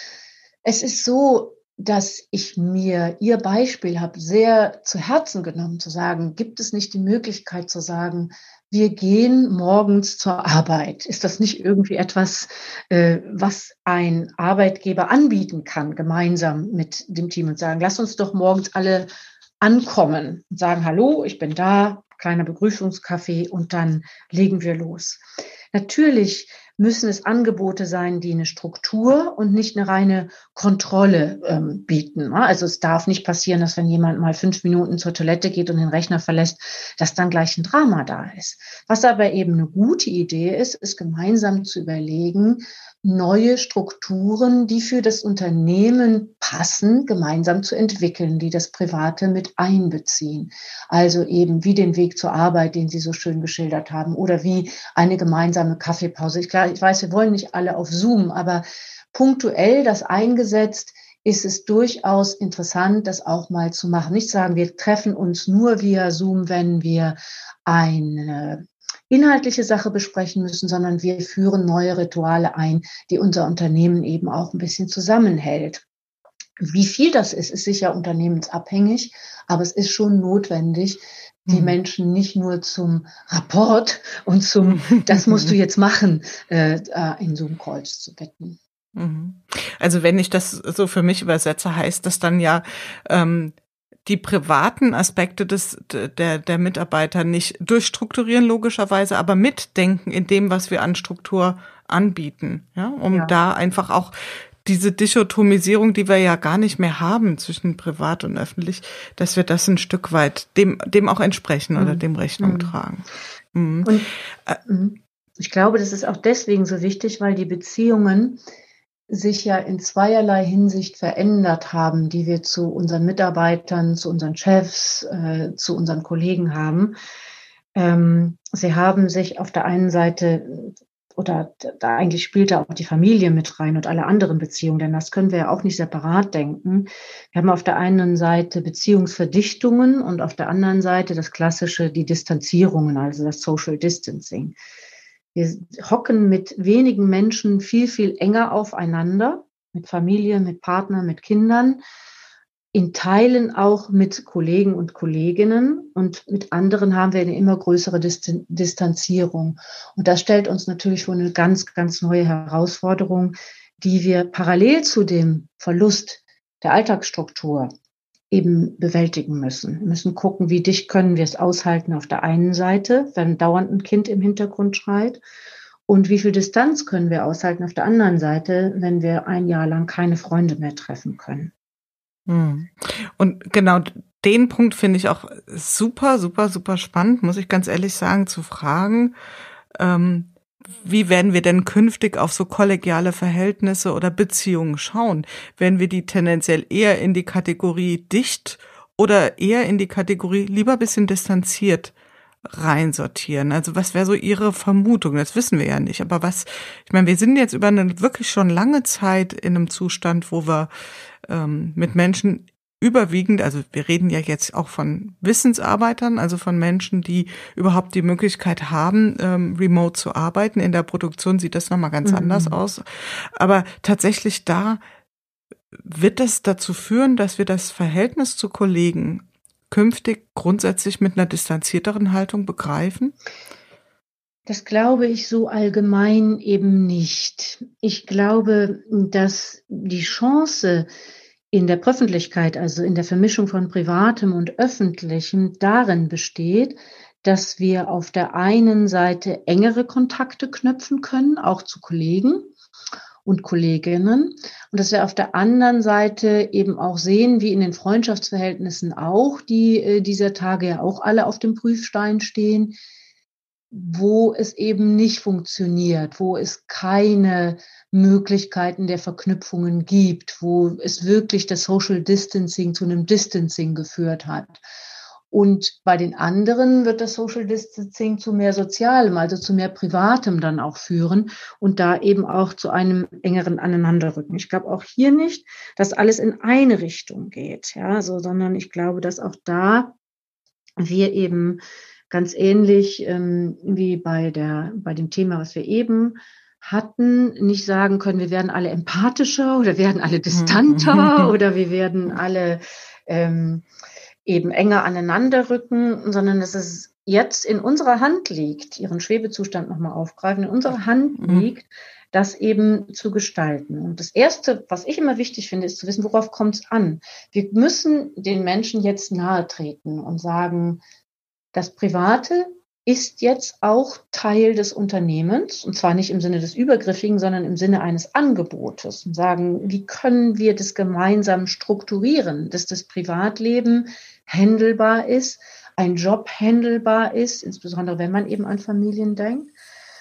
Es ist so, dass ich mir Ihr Beispiel habe sehr zu Herzen genommen, zu sagen, gibt es nicht die Möglichkeit zu sagen, wir gehen morgens zur Arbeit? Ist das nicht irgendwie etwas, äh, was ein Arbeitgeber anbieten kann, gemeinsam mit dem Team und sagen, lass uns doch morgens alle ankommen und sagen, hallo, ich bin da, kleiner Begrüßungskaffee und dann legen wir los. Natürlich müssen es Angebote sein, die eine Struktur und nicht eine reine Kontrolle ähm, bieten. Also es darf nicht passieren, dass wenn jemand mal fünf Minuten zur Toilette geht und den Rechner verlässt, dass dann gleich ein Drama da ist. Was aber eben eine gute Idee ist, ist gemeinsam zu überlegen, neue Strukturen, die für das Unternehmen passen, gemeinsam zu entwickeln, die das Private mit einbeziehen. Also eben wie den Weg zur Arbeit, den Sie so schön geschildert haben, oder wie eine gemeinsame Kaffeepause. Ich, klar, ich weiß, wir wollen nicht alle auf Zoom, aber punktuell das eingesetzt, ist es durchaus interessant, das auch mal zu machen. Nicht sagen, wir treffen uns nur via Zoom, wenn wir eine inhaltliche Sache besprechen müssen, sondern wir führen neue Rituale ein, die unser Unternehmen eben auch ein bisschen zusammenhält. Wie viel das ist, ist sicher unternehmensabhängig, aber es ist schon notwendig, die hm. Menschen nicht nur zum Rapport und zum, das musst du jetzt machen, äh, in Zoom-Calls zu bitten. Also wenn ich das so für mich übersetze, heißt das dann ja, ähm, die privaten Aspekte des, der, der Mitarbeiter nicht durchstrukturieren, logischerweise, aber mitdenken in dem, was wir an Struktur anbieten, ja, um ja. da einfach auch diese Dichotomisierung, die wir ja gar nicht mehr haben zwischen privat und öffentlich, dass wir das ein Stück weit dem, dem auch entsprechen mhm. oder dem Rechnung mhm. tragen. Mhm. Und ich glaube, das ist auch deswegen so wichtig, weil die Beziehungen sich ja in zweierlei Hinsicht verändert haben, die wir zu unseren Mitarbeitern, zu unseren Chefs, äh, zu unseren Kollegen haben. Ähm, sie haben sich auf der einen Seite, oder da eigentlich spielt da auch die Familie mit rein und alle anderen Beziehungen, denn das können wir ja auch nicht separat denken. Wir haben auf der einen Seite Beziehungsverdichtungen und auf der anderen Seite das klassische, die Distanzierungen, also das Social Distancing. Wir hocken mit wenigen Menschen viel, viel enger aufeinander, mit Familie, mit Partner, mit Kindern, in Teilen auch mit Kollegen und Kolleginnen, und mit anderen haben wir eine immer größere Distanzierung. Und das stellt uns natürlich vor eine ganz, ganz neue Herausforderung, die wir parallel zu dem Verlust der Alltagsstruktur eben bewältigen müssen. Wir müssen gucken, wie dicht können wir es aushalten auf der einen Seite, wenn dauernd ein Kind im Hintergrund schreit, und wie viel Distanz können wir aushalten auf der anderen Seite, wenn wir ein Jahr lang keine Freunde mehr treffen können. Und genau den Punkt finde ich auch super, super, super spannend, muss ich ganz ehrlich sagen, zu fragen, ähm, wie werden wir denn künftig auf so kollegiale Verhältnisse oder Beziehungen schauen? Werden wir die tendenziell eher in die Kategorie dicht oder eher in die Kategorie lieber ein bisschen distanziert reinsortieren? Also was wäre so Ihre Vermutung? Das wissen wir ja nicht. Aber was, ich meine, wir sind jetzt über eine wirklich schon lange Zeit in einem Zustand, wo wir ähm, mit Menschen überwiegend, also wir reden ja jetzt auch von Wissensarbeitern, also von Menschen, die überhaupt die Möglichkeit haben, ähm, remote zu arbeiten. In der Produktion sieht das nochmal ganz mhm. anders aus. Aber tatsächlich da wird es dazu führen, dass wir das Verhältnis zu Kollegen künftig grundsätzlich mit einer distanzierteren Haltung begreifen? Das glaube ich so allgemein eben nicht. Ich glaube, dass die Chance in der Öffentlichkeit, also in der Vermischung von Privatem und Öffentlichem, darin besteht, dass wir auf der einen Seite engere Kontakte knüpfen können, auch zu Kollegen und Kolleginnen, und dass wir auf der anderen Seite eben auch sehen, wie in den Freundschaftsverhältnissen auch, die äh, dieser Tage ja auch alle auf dem Prüfstein stehen, wo es eben nicht funktioniert, wo es keine Möglichkeiten der Verknüpfungen gibt, wo es wirklich das Social Distancing zu einem Distancing geführt hat. Und bei den anderen wird das Social Distancing zu mehr Sozialem, also zu mehr Privatem dann auch führen und da eben auch zu einem engeren Aneinanderrücken. Ich glaube auch hier nicht, dass alles in eine Richtung geht, ja, so, sondern ich glaube, dass auch da wir eben ganz ähnlich ähm, wie bei der, bei dem Thema, was wir eben hatten, nicht sagen können, wir werden alle empathischer oder werden alle distanter oder wir werden alle ähm, eben enger aneinander rücken, sondern dass es jetzt in unserer Hand liegt, Ihren Schwebezustand nochmal aufgreifen, in unserer Hand liegt, das eben zu gestalten. Und das Erste, was ich immer wichtig finde, ist zu wissen, worauf kommt es an? Wir müssen den Menschen jetzt nahe treten und sagen, das Private ist jetzt auch Teil des Unternehmens, und zwar nicht im Sinne des Übergriffigen, sondern im Sinne eines Angebotes und sagen, wie können wir das gemeinsam strukturieren, dass das Privatleben handelbar ist, ein Job handelbar ist, insbesondere wenn man eben an Familien denkt.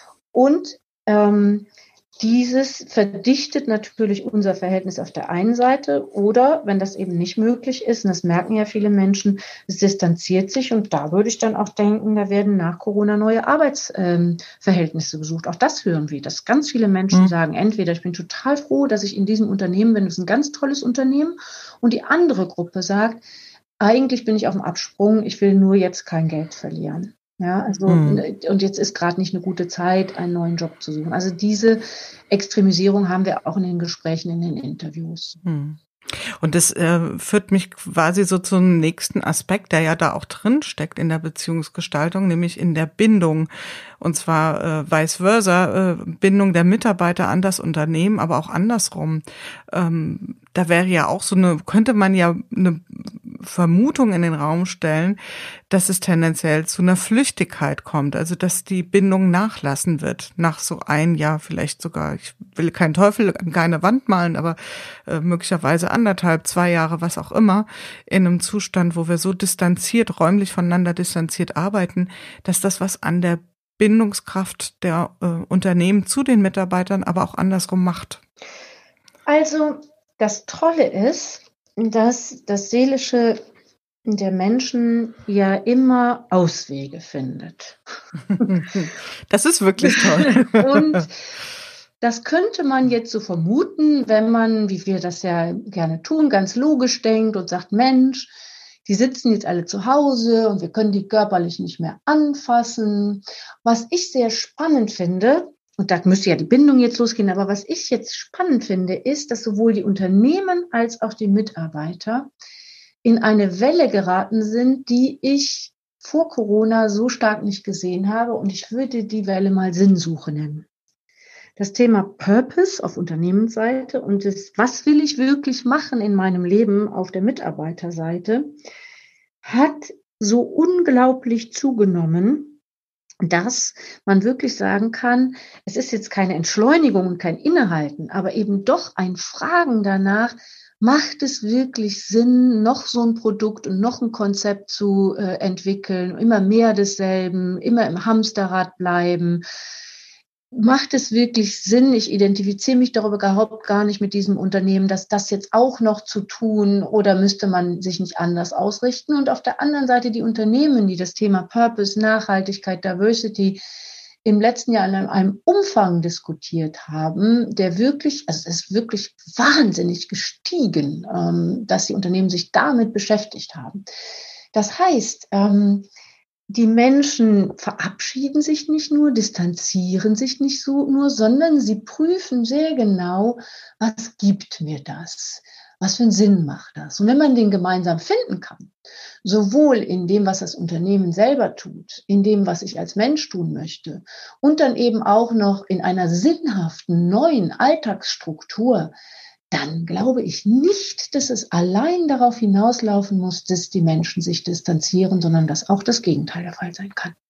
Und ähm, dieses verdichtet natürlich unser Verhältnis auf der einen Seite oder, wenn das eben nicht möglich ist, und das merken ja viele Menschen, es distanziert sich und da würde ich dann auch denken, da werden nach Corona neue Arbeitsverhältnisse ähm, gesucht. Auch das hören wir, dass ganz viele Menschen mhm. sagen, entweder ich bin total froh, dass ich in diesem Unternehmen bin, das ist ein ganz tolles Unternehmen, und die andere Gruppe sagt, eigentlich bin ich auf dem Absprung, ich will nur jetzt kein Geld verlieren. Ja, also, hm. und jetzt ist gerade nicht eine gute Zeit, einen neuen Job zu suchen. Also diese Extremisierung haben wir auch in den Gesprächen, in den Interviews. Hm. Und das äh, führt mich quasi so zum nächsten Aspekt, der ja da auch drin steckt in der Beziehungsgestaltung, nämlich in der Bindung. Und zwar äh, vice versa, äh, Bindung der Mitarbeiter an das Unternehmen, aber auch andersrum. Ähm, da wäre ja auch so eine, könnte man ja eine Vermutung in den Raum stellen, dass es tendenziell zu einer Flüchtigkeit kommt, also dass die Bindung nachlassen wird, nach so ein Jahr vielleicht sogar, ich will keinen Teufel an keine Wand malen, aber äh, möglicherweise anderthalb, zwei Jahre, was auch immer, in einem Zustand, wo wir so distanziert, räumlich voneinander distanziert arbeiten, dass das was an der Bindungskraft der äh, Unternehmen zu den Mitarbeitern, aber auch andersrum macht. Also das Tolle ist, dass das Seelische der Menschen ja immer Auswege findet. Das ist wirklich toll. Und das könnte man jetzt so vermuten, wenn man, wie wir das ja gerne tun, ganz logisch denkt und sagt, Mensch, die sitzen jetzt alle zu Hause und wir können die körperlich nicht mehr anfassen. Was ich sehr spannend finde, und da müsste ja die Bindung jetzt losgehen, aber was ich jetzt spannend finde, ist, dass sowohl die Unternehmen als auch die Mitarbeiter in eine Welle geraten sind, die ich vor Corona so stark nicht gesehen habe. Und ich würde die Welle mal Sinnsuche nennen. Das Thema Purpose auf Unternehmensseite und das, was will ich wirklich machen in meinem Leben auf der Mitarbeiterseite, hat so unglaublich zugenommen, dass man wirklich sagen kann, es ist jetzt keine Entschleunigung und kein Innehalten, aber eben doch ein Fragen danach, macht es wirklich Sinn, noch so ein Produkt und noch ein Konzept zu äh, entwickeln, immer mehr desselben, immer im Hamsterrad bleiben? Macht es wirklich Sinn? Ich identifiziere mich darüber überhaupt gar nicht mit diesem Unternehmen, dass das jetzt auch noch zu tun, oder müsste man sich nicht anders ausrichten? Und auf der anderen Seite die Unternehmen, die das Thema Purpose, Nachhaltigkeit, Diversity im letzten Jahr in einem Umfang diskutiert haben, der wirklich, also es ist wirklich wahnsinnig gestiegen, ähm, dass die Unternehmen sich damit beschäftigt haben. Das heißt, ähm, die Menschen verabschieden sich nicht nur, distanzieren sich nicht so nur, sondern sie prüfen sehr genau, was gibt mir das? Was für einen Sinn macht das? Und wenn man den gemeinsam finden kann, sowohl in dem, was das Unternehmen selber tut, in dem, was ich als Mensch tun möchte, und dann eben auch noch in einer sinnhaften, neuen Alltagsstruktur, dann glaube ich nicht, dass es allein darauf hinauslaufen muss, dass die Menschen sich distanzieren, sondern dass auch das Gegenteil der Fall sein kann.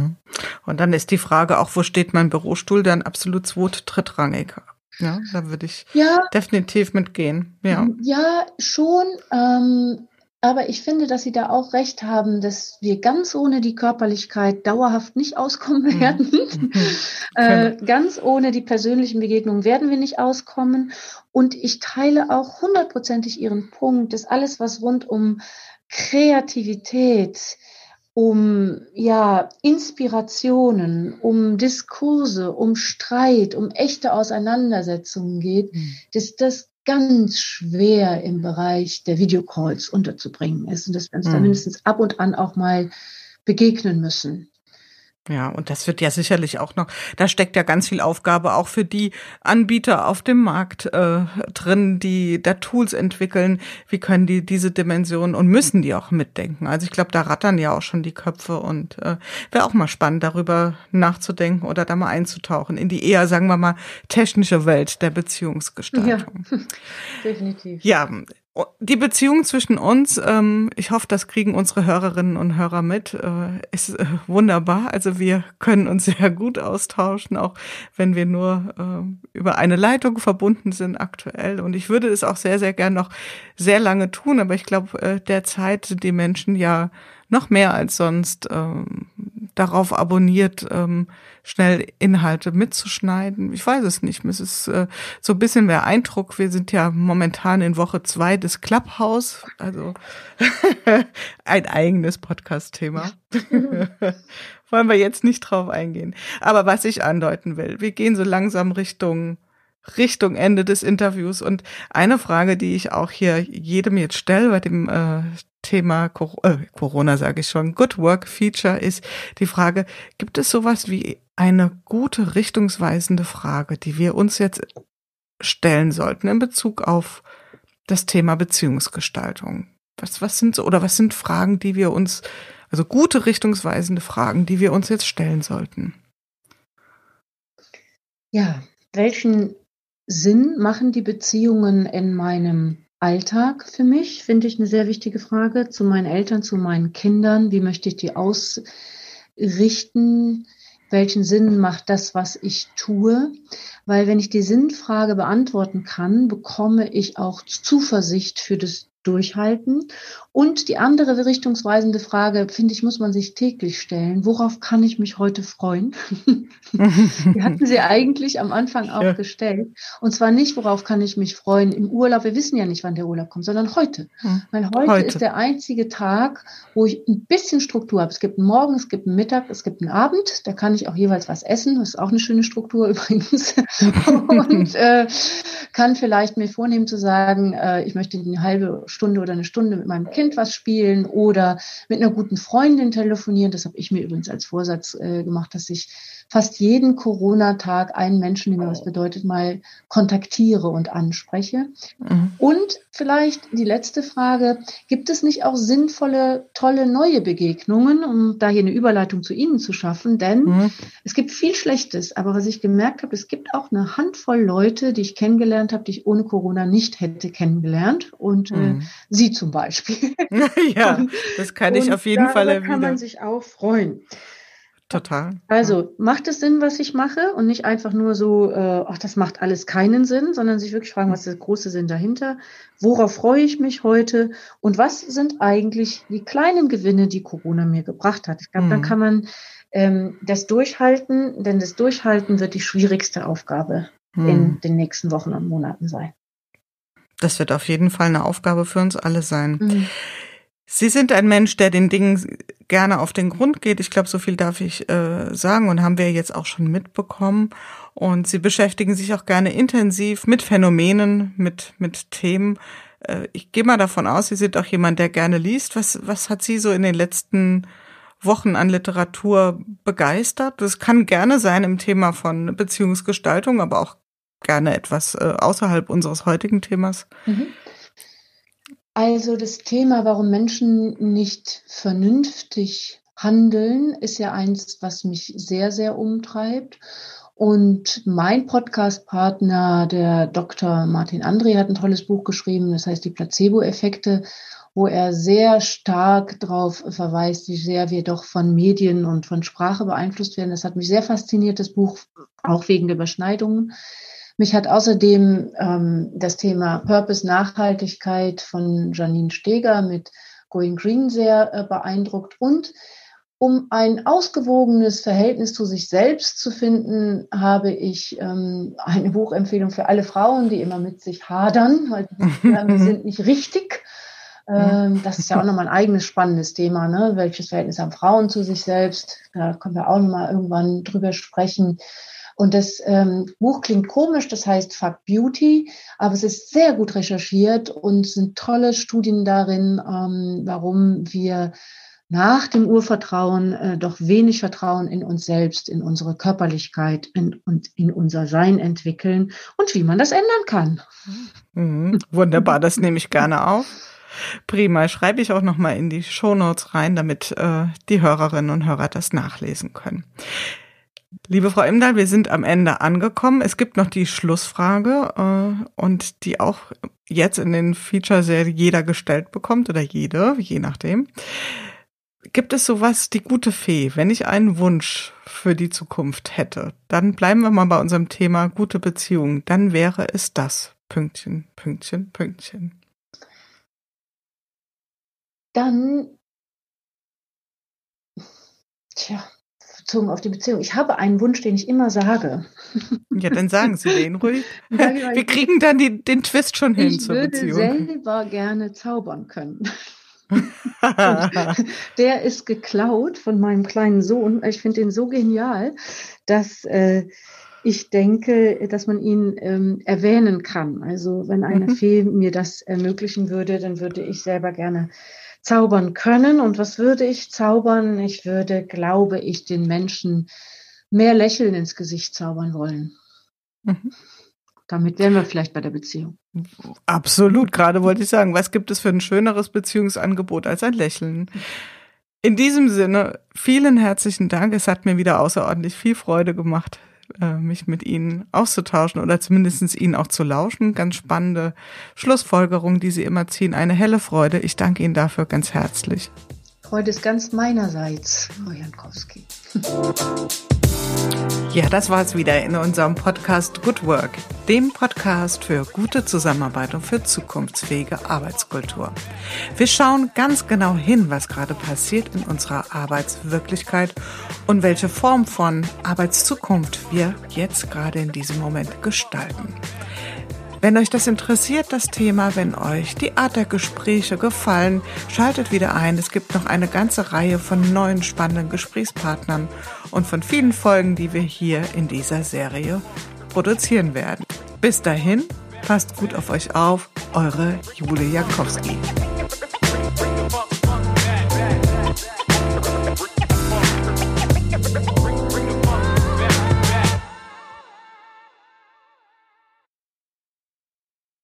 Und dann ist die Frage auch, wo steht mein Bürostuhl, dann absolut zweit-, drittrangig. Ja, da würde ich ja definitiv mitgehen. Ja, ja schon. Ähm, Aber ich finde, dass Sie da auch recht haben, dass wir ganz ohne die Körperlichkeit dauerhaft nicht auskommen werden. Mhm. äh, ganz ohne die persönlichen Begegnungen werden wir nicht auskommen. Und ich teile auch hundertprozentig Ihren Punkt, dass alles, was rund um Kreativität, um ja Inspirationen, um Diskurse, um Streit, um echte Auseinandersetzungen geht, mhm. dass das ganz schwer im Bereich der Videocalls unterzubringen ist und dass wir uns mhm. da mindestens ab und an auch mal begegnen müssen. Ja, und das wird ja sicherlich auch noch, da steckt ja ganz viel Aufgabe auch für die Anbieter auf dem Markt äh, drin, die da Tools entwickeln. Wie können die diese Dimensionen und müssen die auch mitdenken? Also ich glaube, da rattern ja auch schon die Köpfe und äh, wäre auch mal spannend, darüber nachzudenken oder da mal einzutauchen in die eher, sagen wir mal, technische Welt der Beziehungsgestaltung. Ja, definitiv. Ja, die Beziehung zwischen uns, ähm, ich hoffe, das kriegen unsere Hörerinnen und Hörer mit, äh, ist äh, wunderbar. Also wir können uns sehr gut austauschen, auch wenn wir nur äh, über eine Leitung verbunden sind aktuell. Und ich würde es auch sehr, sehr gern noch sehr lange tun, aber ich glaube, äh, derzeit sind die Menschen ja noch mehr als sonst ähm, darauf abonniert, ähm, schnell Inhalte mitzuschneiden. Ich weiß es nicht. Es ist äh, so ein bisschen mehr Eindruck. Wir sind ja momentan in Woche zwei des Clubhouse, also ein eigenes Podcast-Thema. Wollen wir jetzt nicht drauf eingehen. Aber was ich andeuten will, wir gehen so langsam Richtung Richtung Ende des Interviews. Und eine Frage, die ich auch hier jedem jetzt stelle bei dem äh, Thema Cor- äh, Corona, sage ich schon, Good Work Feature, ist die Frage, gibt es sowas wie eine gute, richtungsweisende Frage, die wir uns jetzt stellen sollten in Bezug auf das Thema Beziehungsgestaltung? Was, was sind so, oder was sind Fragen, die wir uns, also gute, richtungsweisende Fragen, die wir uns jetzt stellen sollten? Ja, welchen Sinn machen die Beziehungen in meinem Alltag für mich? Finde ich eine sehr wichtige Frage. Zu meinen Eltern, zu meinen Kindern. Wie möchte ich die ausrichten? Welchen Sinn macht das, was ich tue? Weil wenn ich die Sinnfrage beantworten kann, bekomme ich auch Zuversicht für das Durchhalten. Und die andere richtungsweisende Frage, finde ich, muss man sich täglich stellen. Worauf kann ich mich heute freuen? Die hatten Sie eigentlich am Anfang auch ja. gestellt. Und zwar nicht, worauf kann ich mich freuen im Urlaub. Wir wissen ja nicht, wann der Urlaub kommt, sondern heute. Hm. Weil heute, heute ist der einzige Tag, wo ich ein bisschen Struktur habe. Es gibt einen Morgen, es gibt einen Mittag, es gibt einen Abend. Da kann ich auch jeweils was essen. Das ist auch eine schöne Struktur übrigens. Und äh, kann vielleicht mir vornehmen zu sagen, äh, ich möchte eine halbe Stunde oder eine Stunde mit meinem Kind was spielen oder mit einer guten Freundin telefonieren. Das habe ich mir übrigens als Vorsatz äh, gemacht, dass ich fast jeden Corona-Tag einen Menschen, der mir was bedeutet, mal kontaktiere und anspreche. Mhm. Und vielleicht die letzte Frage, gibt es nicht auch sinnvolle, tolle neue Begegnungen, um da hier eine Überleitung zu Ihnen zu schaffen? Denn mhm. es gibt viel Schlechtes, aber was ich gemerkt habe, es gibt auch eine Handvoll Leute, die ich kennengelernt habe, die ich ohne Corona nicht hätte kennengelernt. Und mhm. äh, Sie zum Beispiel. Ja, und, das kann ich auf jeden Fall erwidern. Da kann man sich auch freuen. Total. Also macht es Sinn, was ich mache und nicht einfach nur so, äh, ach, das macht alles keinen Sinn, sondern sich wirklich fragen, was ist der große Sinn dahinter? Worauf freue ich mich heute? Und was sind eigentlich die kleinen Gewinne, die Corona mir gebracht hat? Ich glaube, mhm. dann kann man ähm, das durchhalten, denn das Durchhalten wird die schwierigste Aufgabe mhm. in den nächsten Wochen und Monaten sein. Das wird auf jeden Fall eine Aufgabe für uns alle sein. Mhm. Sie sind ein Mensch, der den Dingen gerne auf den Grund geht. Ich glaube, so viel darf ich äh, sagen und haben wir jetzt auch schon mitbekommen. Und Sie beschäftigen sich auch gerne intensiv mit Phänomenen, mit mit Themen. Äh, ich gehe mal davon aus, Sie sind auch jemand, der gerne liest. Was was hat Sie so in den letzten Wochen an Literatur begeistert? Das kann gerne sein im Thema von Beziehungsgestaltung, aber auch gerne etwas äh, außerhalb unseres heutigen Themas. Mhm. Also das Thema, warum Menschen nicht vernünftig handeln, ist ja eins, was mich sehr, sehr umtreibt. Und mein Podcast-Partner, der Doktor Martin André, hat ein tolles Buch geschrieben, das heißt die Placebo-Effekte, wo er sehr stark darauf verweist, wie sehr wir doch von Medien und von Sprache beeinflusst werden. Das hat mich sehr fasziniert, das Buch, auch wegen der Überschneidungen. Mich hat außerdem ähm, das Thema Purpose Nachhaltigkeit von Janine Steger mit Going Green sehr äh, beeindruckt. Und um ein ausgewogenes Verhältnis zu sich selbst zu finden, habe ich ähm, eine Buchempfehlung für alle Frauen, die immer mit sich hadern, weil wir sind nicht richtig. Ähm, das ist ja auch nochmal ein eigenes spannendes Thema, ne? Welches Verhältnis haben Frauen zu sich selbst? Da können wir auch nochmal irgendwann drüber sprechen. Und das ähm, Buch klingt komisch, das heißt Fuck Beauty, aber es ist sehr gut recherchiert und es sind tolle Studien darin, ähm, warum wir nach dem Urvertrauen äh, doch wenig Vertrauen in uns selbst, in unsere Körperlichkeit in, und in unser Sein entwickeln und wie man das ändern kann. Mhm, wunderbar, das nehme ich gerne auf. Prima, schreibe ich auch nochmal in die Shownotes rein, damit äh, die Hörerinnen und Hörer das nachlesen können. Liebe Frau Imdahl, wir sind am Ende angekommen. Es gibt noch die Schlussfrage äh, und die auch jetzt in den Feature-Serien jeder gestellt bekommt oder jede, je nachdem. Gibt es sowas, die gute Fee, wenn ich einen Wunsch für die Zukunft hätte, dann bleiben wir mal bei unserem Thema gute Beziehungen, dann wäre es das. Pünktchen, Pünktchen, Pünktchen. Dann, tja, bezogen auf die Beziehung. Ich habe einen Wunsch, den ich immer sage. Ja, dann sagen Sie den ruhig. Wir kriegen dann die, den Twist schon hin zur Beziehung. Ich würde selber gerne zaubern können. Der ist geklaut von meinem kleinen Sohn. Ich finde den so genial, dass äh, ich denke, dass man ihn ähm, erwähnen kann. Also wenn eine mhm. Fee mir das ermöglichen würde, dann würde ich selber gerne zaubern können. Und was würde ich zaubern? Ich würde, glaube ich, den Menschen mehr Lächeln ins Gesicht zaubern wollen. Mhm. Damit wären wir vielleicht bei der Beziehung. Absolut, gerade wollte ich sagen, was gibt es für ein schöneres Beziehungsangebot als ein Lächeln? In diesem Sinne, vielen herzlichen Dank. Es hat mir wieder außerordentlich viel Freude gemacht, mich mit Ihnen auszutauschen oder zumindest Ihnen auch zu lauschen. Ganz spannende Schlussfolgerungen, die Sie immer ziehen. Eine helle Freude. Ich danke Ihnen dafür ganz herzlich. Freude ist ganz meinerseits, Frau Jankowski. Ja, das war es wieder in unserem Podcast Good Work, dem Podcast für gute Zusammenarbeit und für zukunftsfähige Arbeitskultur. Wir schauen ganz genau hin, was gerade passiert in unserer Arbeitswirklichkeit und welche Form von Arbeitszukunft wir jetzt gerade in diesem Moment gestalten. Wenn euch das interessiert, das Thema, wenn euch die Art der Gespräche gefallen, schaltet wieder ein. Es gibt noch eine ganze Reihe von neuen spannenden Gesprächspartnern und von vielen Folgen, die wir hier in dieser Serie produzieren werden. Bis dahin, passt gut auf euch auf, eure Jule Jankowski.